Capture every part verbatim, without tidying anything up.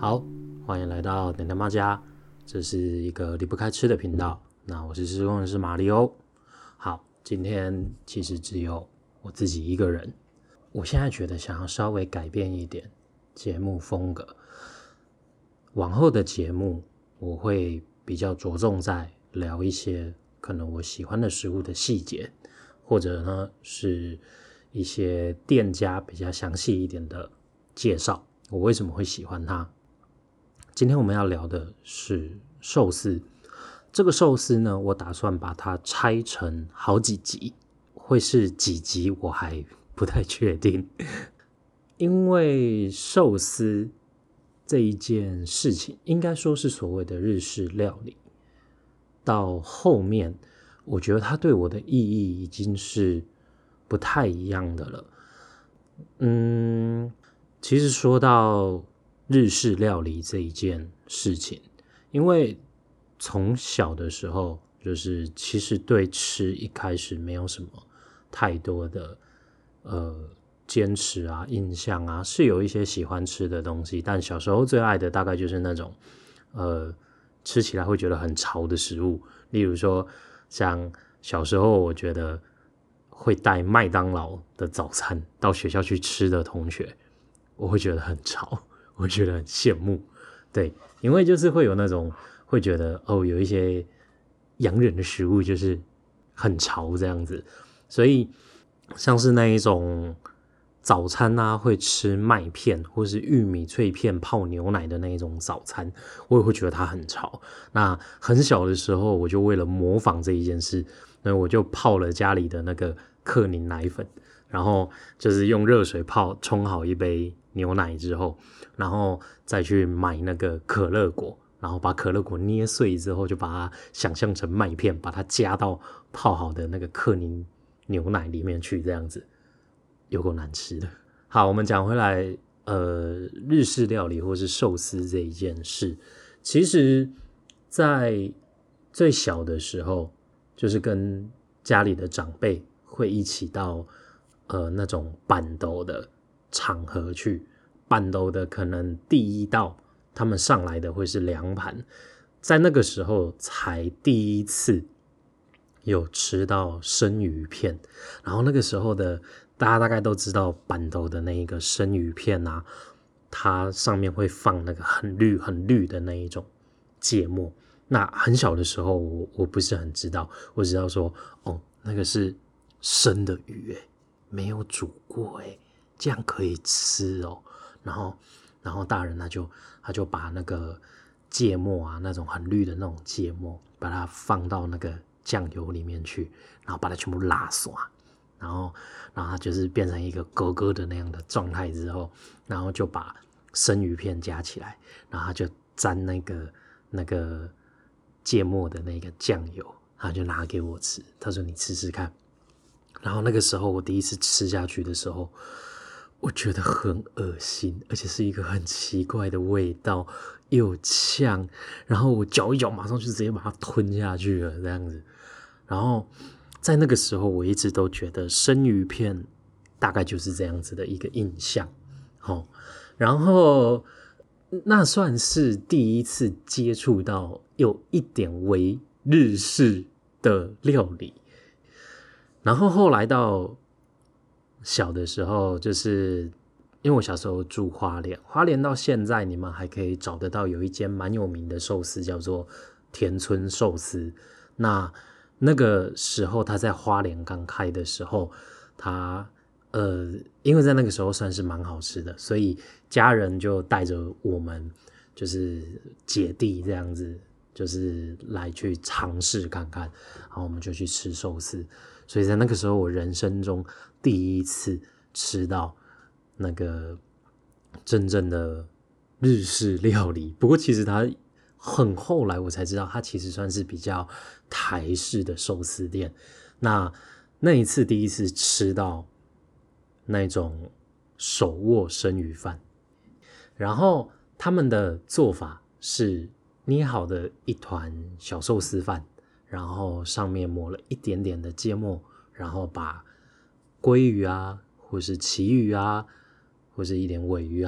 好，欢迎来到点点妈家，这是一个离不开吃的频道。那我是施工人师马里欧。好，今天其实只有我自己一个人。我现在觉得想要稍微改变一点节目风格，往后的节目我会比较着重在聊一些可能我喜欢的食物的细节，或者呢是一些店家比较详细一点的介绍，我为什么会喜欢它。今天我们要聊的是寿司。这个寿司呢，我打算把它拆成好几集，会是几集我还不太确定。因为寿司这一件事情，应该说是所谓的日式料理，到后面我觉得它对我的意义已经是不太一样的了。嗯，其实说到日式料理这一件事情，因为从小的时候就是其实对吃一开始没有什么太多的呃坚持啊印象啊，是有一些喜欢吃的东西，但小时候最爱的大概就是那种呃吃起来会觉得很潮的食物，例如说像小时候我觉得会带麦当劳的早餐到学校去吃的同学，我会觉得很潮，我会觉得很羡慕。对，因为就是会有那种会觉得哦，有一些洋人的食物就是很潮这样子，所以像是那一种早餐啊，会吃麦片或是玉米脆片泡牛奶的那一种早餐，我也会觉得它很潮。那很小的时候，我就为了模仿这一件事，那我就泡了家里的那个克宁奶粉，然后就是用热水泡冲好一杯牛奶之后，然后再去买那个可乐果，然后把可乐果捏碎之后，就把它想象成麦片，把它加到泡好的那个克宁牛奶里面去，这样子有够难吃的。好，我们讲回来，呃，日式料理或是寿司这一件事，其实在最小的时候，就是跟家里的长辈会一起到呃那种办桌的场合去。办桌的可能第一道他们上来的会是凉盘，在那个时候才第一次有吃到生鱼片，然后那个时候的大家大概都知道办桌的那一个生鱼片啊，它上面会放那个很绿很绿的那一种芥末。那很小的时候我我不是很知道，我只知道说哦，那个是生的鱼欸，没有煮过欸，这样可以吃哦。然后然后大人他就他就把那个芥末啊，那种很绿的那种芥末，把它放到那个酱油里面去，然后把它全部拉刷，然后然后它就是变成一个格格的那样的状态之后，然后就把生鱼片加起来，然后他就沾那个那个芥末的那个酱油，他就拿给我吃，他说你吃吃看。然后那个时候我第一次吃下去的时候，我觉得很恶心，而且是一个很奇怪的味道，又呛，然后我嚼一嚼，马上就直接把它吞下去了，这样子。然后在那个时候，我一直都觉得生鱼片大概就是这样子的一个印象，哦，然后那算是第一次接触到有一点微日式的料理。然后后来到小的时候，就是因为我小时候住花莲，花莲到现在你们还可以找得到有一间蛮有名的寿司，叫做田村寿司。那那个时候他在花莲刚开的时候，他呃，因为在那个时候算是蛮好吃的，所以家人就带着我们，就是姐弟这样子，就是来去尝试看看，然后我们就去吃寿司。所以在那个时候，我人生中第一次吃到那个真正的日式料理。不过其实它很后来我才知道，它其实算是比较台式的寿司店。那那一次第一次吃到那种手握生鱼饭，然后他们的做法是捏好的一团小寿司饭，然后上面抹了一点点的芥末，然后把鲑鱼啊，或是旗鱼啊，或是一点尾鱼啊，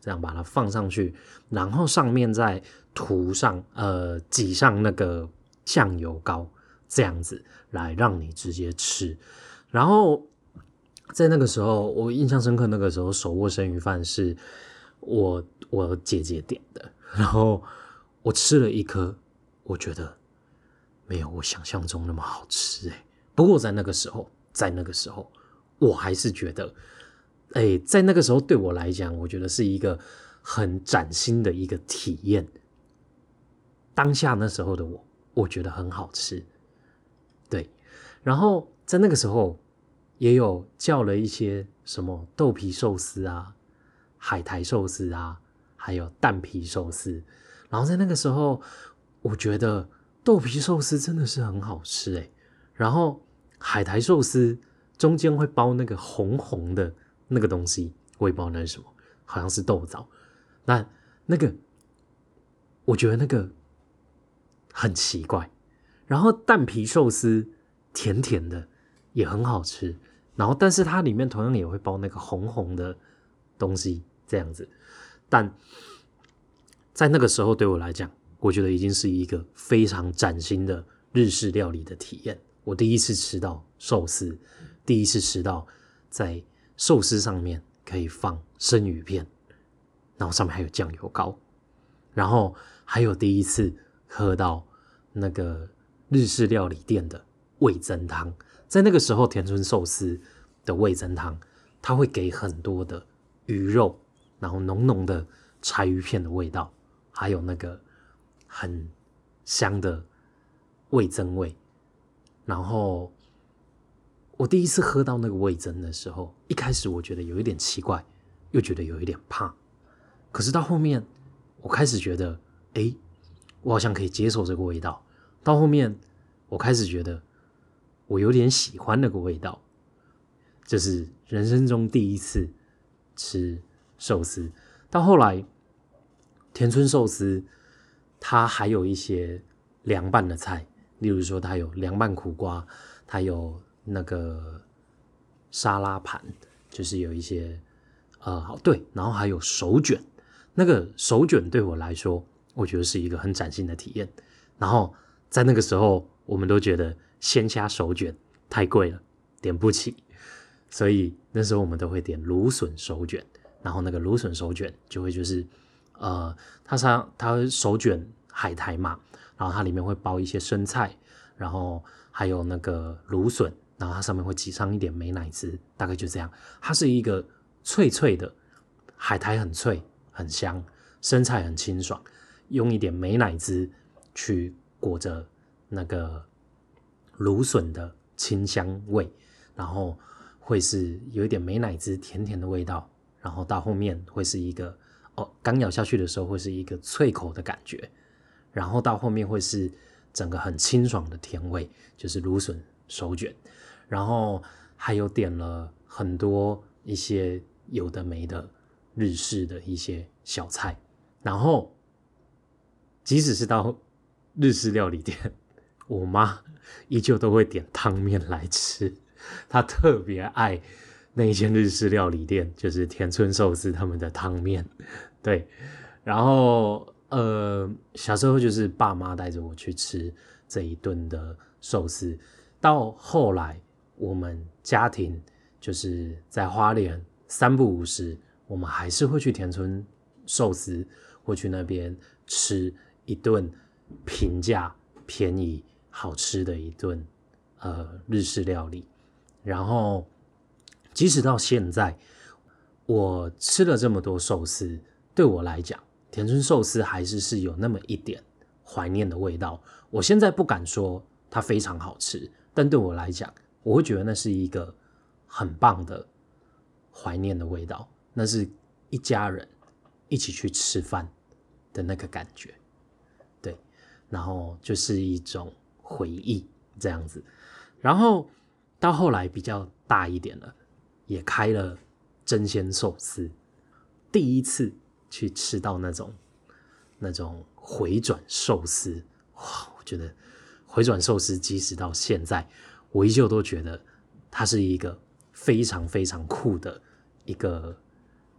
这样把它放上去，然后上面再涂上呃挤上那个酱油膏，这样子来让你直接吃。然后在那个时候，我印象深刻，那个时候手握生鱼饭是我我姐姐点的，然后我吃了一颗，我觉得没有我想象中那么好吃哎。不过在那个时候，在那个时候，我还是觉得，哎，在那个时候对我来讲，我觉得是一个很崭新的一个体验。当下那时候的我，我觉得很好吃，对。然后在那个时候，也有叫了一些什么豆皮寿司啊、海苔寿司啊，还有蛋皮寿司。然后在那个时候，我觉得豆皮寿司真的是很好吃哎。然后海苔寿司中间会包那个红红的那个东西，我也不知道那是什么，好像是豆枣。那那个，我觉得那个很奇怪。然后蛋皮寿司甜甜的，也很好吃。然后，但是它里面同样也会包那个红红的东西，这样子。但在那个时候对我来讲，我觉得已经是一个非常崭新的日式料理的体验。我第一次吃到寿司，第一次吃到在寿司上面可以放生鱼片，然后上面还有酱油膏，然后还有第一次喝到那个日式料理店的味噌汤。在那个时候，田村寿司的味噌汤，它会给很多的鱼肉，然后浓浓的柴鱼片的味道，还有那个很香的味噌味。然后我第一次喝到那个味噌的时候，一开始我觉得有一点奇怪，又觉得有一点怕。可是到后面，我开始觉得，哎，我好像可以接受这个味道。到后面，我开始觉得我有点喜欢那个味道，就是人生中第一次吃寿司。到后来，田村寿司它还有一些凉拌的菜，例如说它有凉拌苦瓜，它有那个沙拉盘，就是有一些呃对，然后还有手卷。那个手卷对我来说，我觉得是一个很崭新的体验。然后在那个时候，我们都觉得鲜虾手卷太贵了，点不起，所以那时候我们都会点芦笋手卷。然后那个芦笋手卷就会就是呃，它是它手卷海苔嘛，然后它里面会包一些生菜，然后还有那个芦笋，然后它上面会挤上一点美乃滋，大概就这样。它是一个脆脆的，海苔很脆很香，生菜很清爽，用一点美乃滋去裹着那个芦笋的清香味，然后会是有一点美乃滋甜甜的味道，然后到后面会是一个哦，刚咬下去的时候会是一个脆口的感觉，然后到后面会是整个很清爽的甜味，就是芦笋手卷。然后还有点了很多一些有的没的日式的一些小菜，然后即使是到日式料理店，我妈依旧都会点汤面来吃。她特别爱那一间日式料理店，就是田村寿司他们的汤面。对，然后呃，小时候就是爸妈带着我去吃这一顿的寿司，到后来我们家庭就是在花莲三不五时，我们还是会去田村寿司，会去那边吃一顿平价、便宜、好吃的一顿呃日式料理。然后即使到现在，我吃了这么多寿司，对我来讲，田村寿司还是是有那么一点怀念的味道。我现在不敢说它非常好吃，但对我来讲，我会觉得那是一个很棒的怀念的味道，那是一家人一起去吃饭的那个感觉，对，然后就是一种回忆这样子。然后到后来比较大一点了，也开了真鲜寿司，第一次去吃到那种那种回转寿司，哇！我觉得回转寿司即使到现在，我依旧都觉得它是一个非常非常酷的一个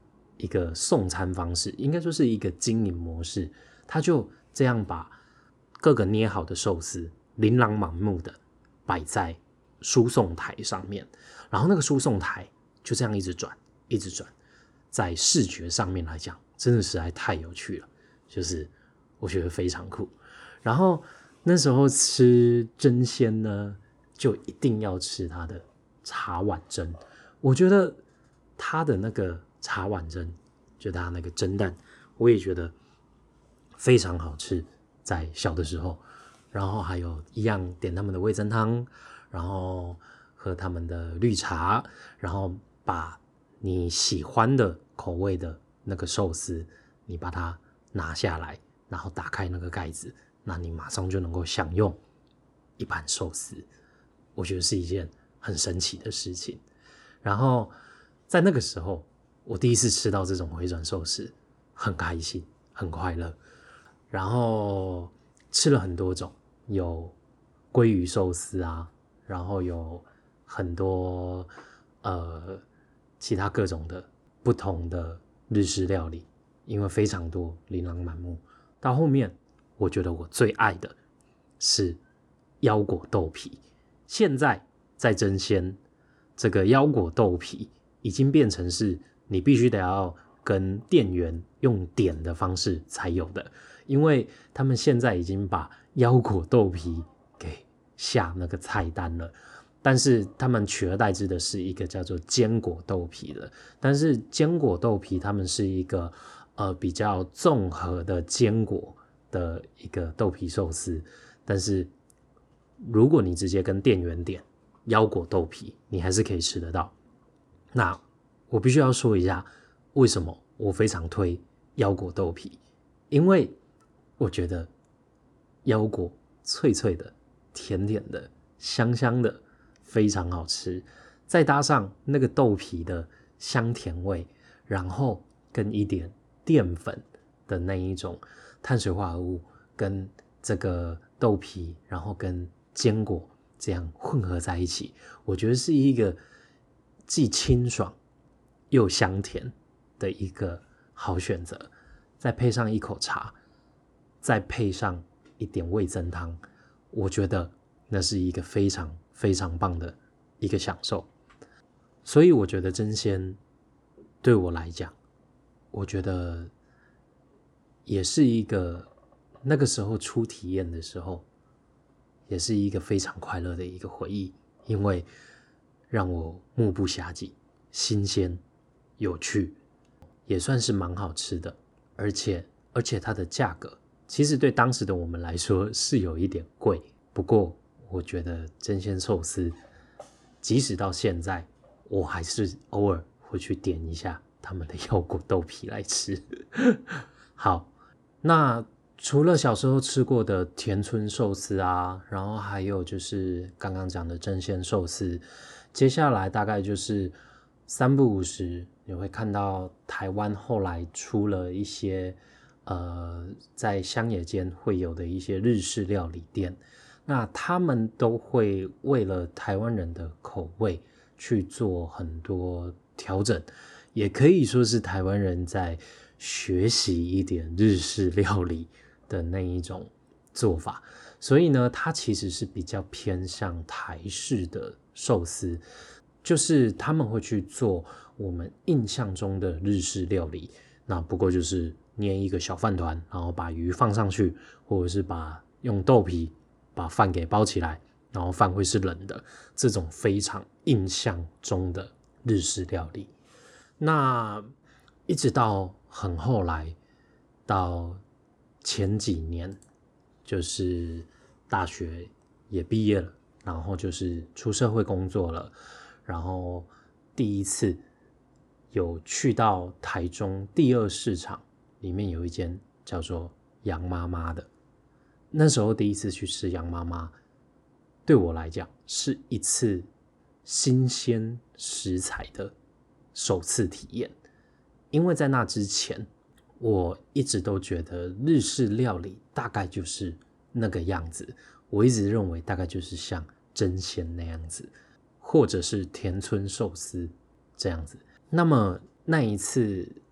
一个送餐方式，应该说是一个经营模式。他就这样把各个捏好的寿司琳琅满目的摆在输送台上面，然后那个输送台就这样一直转一直转，在视觉上面来讲真的实在太有趣了，就是我觉得非常酷。然后那时候吃蒸鲜呢，就一定要吃它的茶碗蒸，我觉得它的那个茶碗蒸，就它那个蒸蛋，我也觉得非常好吃，在小的时候。然后还有一样点他们的味噌汤，然后喝他们的绿茶，然后把你喜欢的口味的那个寿司，你把它拿下来，然后打开那个盖子，那你马上就能够享用一盘寿司。我觉得是一件很神奇的事情。然后在那个时候，我第一次吃到这种回转寿司，很开心，很快乐。然后吃了很多种，有鲑鱼寿司啊，然后有很多呃其他各种的不同的日式料理，因为非常多，琳琅满目。到后面，我觉得我最爱的是腰果豆皮。现在在争鲜，这个腰果豆皮已经变成是你必须得要跟店员用点的方式才有的，因为他们现在已经把腰果豆皮给下那个菜单了。但是他们取而代之的是一个叫做坚果豆皮的，但是坚果豆皮他们是一个呃比较综合的坚果的一个豆皮寿司，但是如果你直接跟店员点腰果豆皮，你还是可以吃得到。那我必须要说一下，为什么我非常推腰果豆皮，因为我觉得腰果脆脆的、甜甜的、香香的，非常好吃。再搭上那个豆皮的香甜味，然后跟一点淀粉的那一种碳水化合物，跟这个豆皮，然后跟坚果这样混合在一起，我觉得是一个既清爽又香甜的一个好选择。再配上一口茶，再配上一点味噌汤，我觉得那是一个非常非常棒的一个享受。所以我觉得争鲜对我来讲，我觉得也是一个那个时候初体验的时候，也是一个非常快乐的一个回忆，因为让我目不暇接，新鲜有趣，也算是蛮好吃的。而且而且它的价格其实对当时的我们来说是有一点贵，不过我觉得争鲜寿司即使到现在，我还是偶尔会去点一下他们的腰果豆皮来吃。好，那除了小时候吃过的田村寿司啊，然后还有就是刚刚讲的争鲜寿司，接下来大概就是三不五时你会看到台湾后来出了一些呃在乡野间会有的一些日式料理店，那他们都会为了台湾人的口味去做很多调整，也可以说是台湾人在学习一点日式料理的那一种做法。所以呢，它其实是比较偏向台式的寿司，就是他们会去做我们印象中的日式料理，那不过就是捏一个小饭团，然后把鱼放上去，或者是把用豆皮把饭给包起来，然后饭会是冷的，这种非常印象中的日式料理。那一直到很后来，到前几年，就是大学也毕业了，然后就是出社会工作了，然后第一次有去到台中第二市场，里面有一间叫做杨妈妈的。那时候第一次去吃杨妈妈，对我来讲是一次新鲜食材的首次体验。因为在那之前，我一直都觉得日式料理大概就是那个样子，我一直认为大概就是像争鲜那样子，或者是田村寿司这样子。那么那一次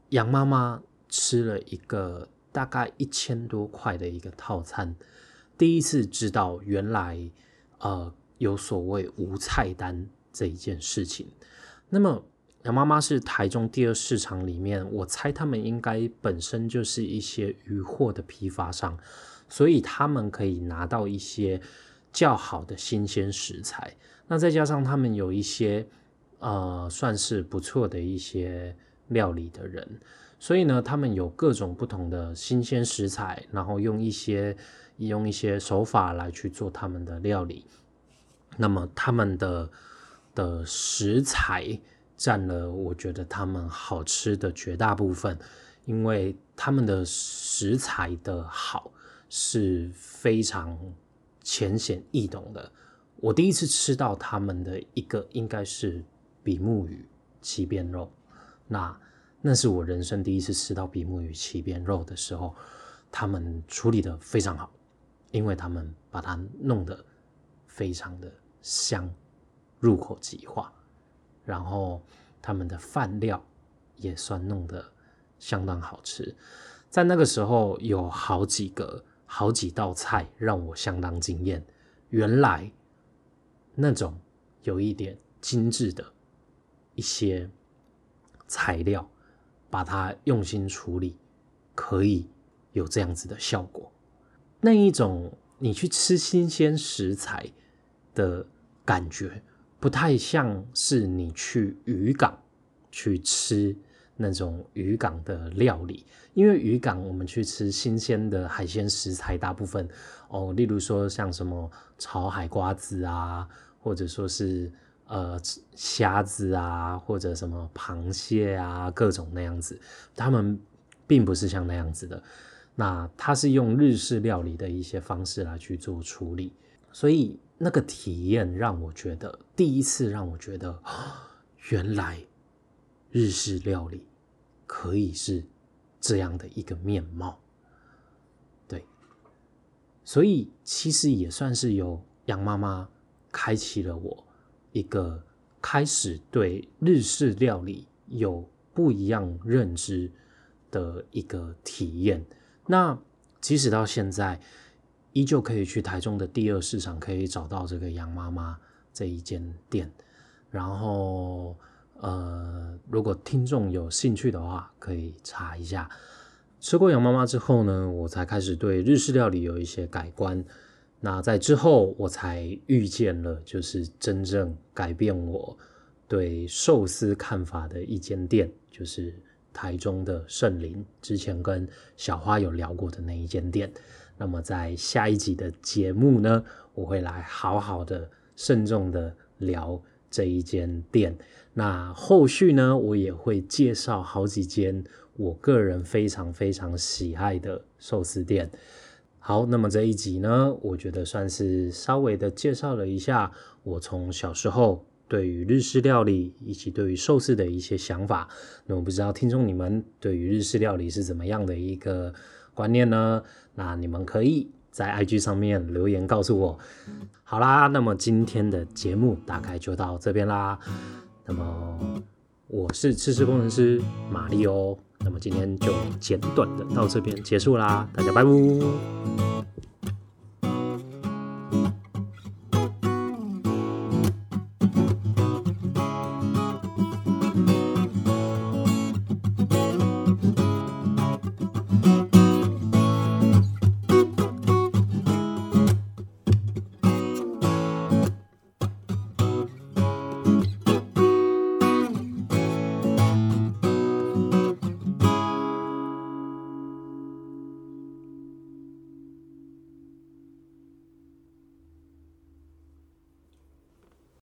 杨妈妈吃了一个大概一千多块的一个套餐，第一次知道原来呃有所谓无菜单这一件事情。那么杨妈妈是台中第二市场里面，我猜他们应该本身就是一些渔货的批发商，所以他们可以拿到一些较好的新鲜食材。那再加上他们有一些呃算是不错的一些料理的人，所以呢他们有各种不同的新鲜食材，然后用一些用一些手法来去做他们的料理。那么他们的的食材占了我觉得他们好吃的绝大部分，因为他们的食材的好是非常浅显易懂的。我第一次吃到他们的一个应该是比目鱼鳍边肉，那那是我人生第一次吃到比目鱼鳍边肉的时候，他们处理的非常好，因为他们把它弄得非常的香，入口即化，然后他们的饭料也算弄得相当好吃。在那个时候有好几个好几道菜让我相当惊艳，原来那种有一点精致的一些材料，把它用心处理，可以有这样子的效果。那一种你去吃新鲜食材的感觉，不太像是你去渔港去吃那种渔港的料理，因为渔港我们去吃新鲜的海鲜食材，大部分哦，例如说像什么炒海瓜子啊，或者说是呃虾子啊，或者什么螃蟹啊，各种那样子，他们并不是像那样子的。那它是用日式料理的一些方式来去做处理，所以那个体验让我觉得，第一次让我觉得，哦，原来日式料理可以是这样的一个面貌。对，所以其实也算是由杨妈妈开启了我一个开始对日式料理有不一样认知的一个体验。那即使到现在依旧可以去台中的第二市场可以找到这个杨妈妈这一间店，然后呃，如果听众有兴趣的话可以查一下。吃过杨妈妈之后呢，我才开始对日式料理有一些改观。那在之后我才遇见了就是真正改变我对寿司看法的一间店，就是台中的圣林，之前跟小花有聊过的那一间店。那么在下一集的节目呢，我会来好好的慎重的聊这一间店。那后续呢，我也会介绍好几间我个人非常非常喜爱的寿司店。好，那么这一集呢，我觉得算是稍微的介绍了一下我从小时候对于日式料理以及对于寿司的一些想法。那我不知道听众你们对于日式料理是怎么样的一个观念呢？那你们可以在 I G 上面留言告诉我。好啦，那么今天的节目大概就到这边啦。那么我是吃吃工程师马力欧，那么今天就简短的到这边结束啦，大家拜拜。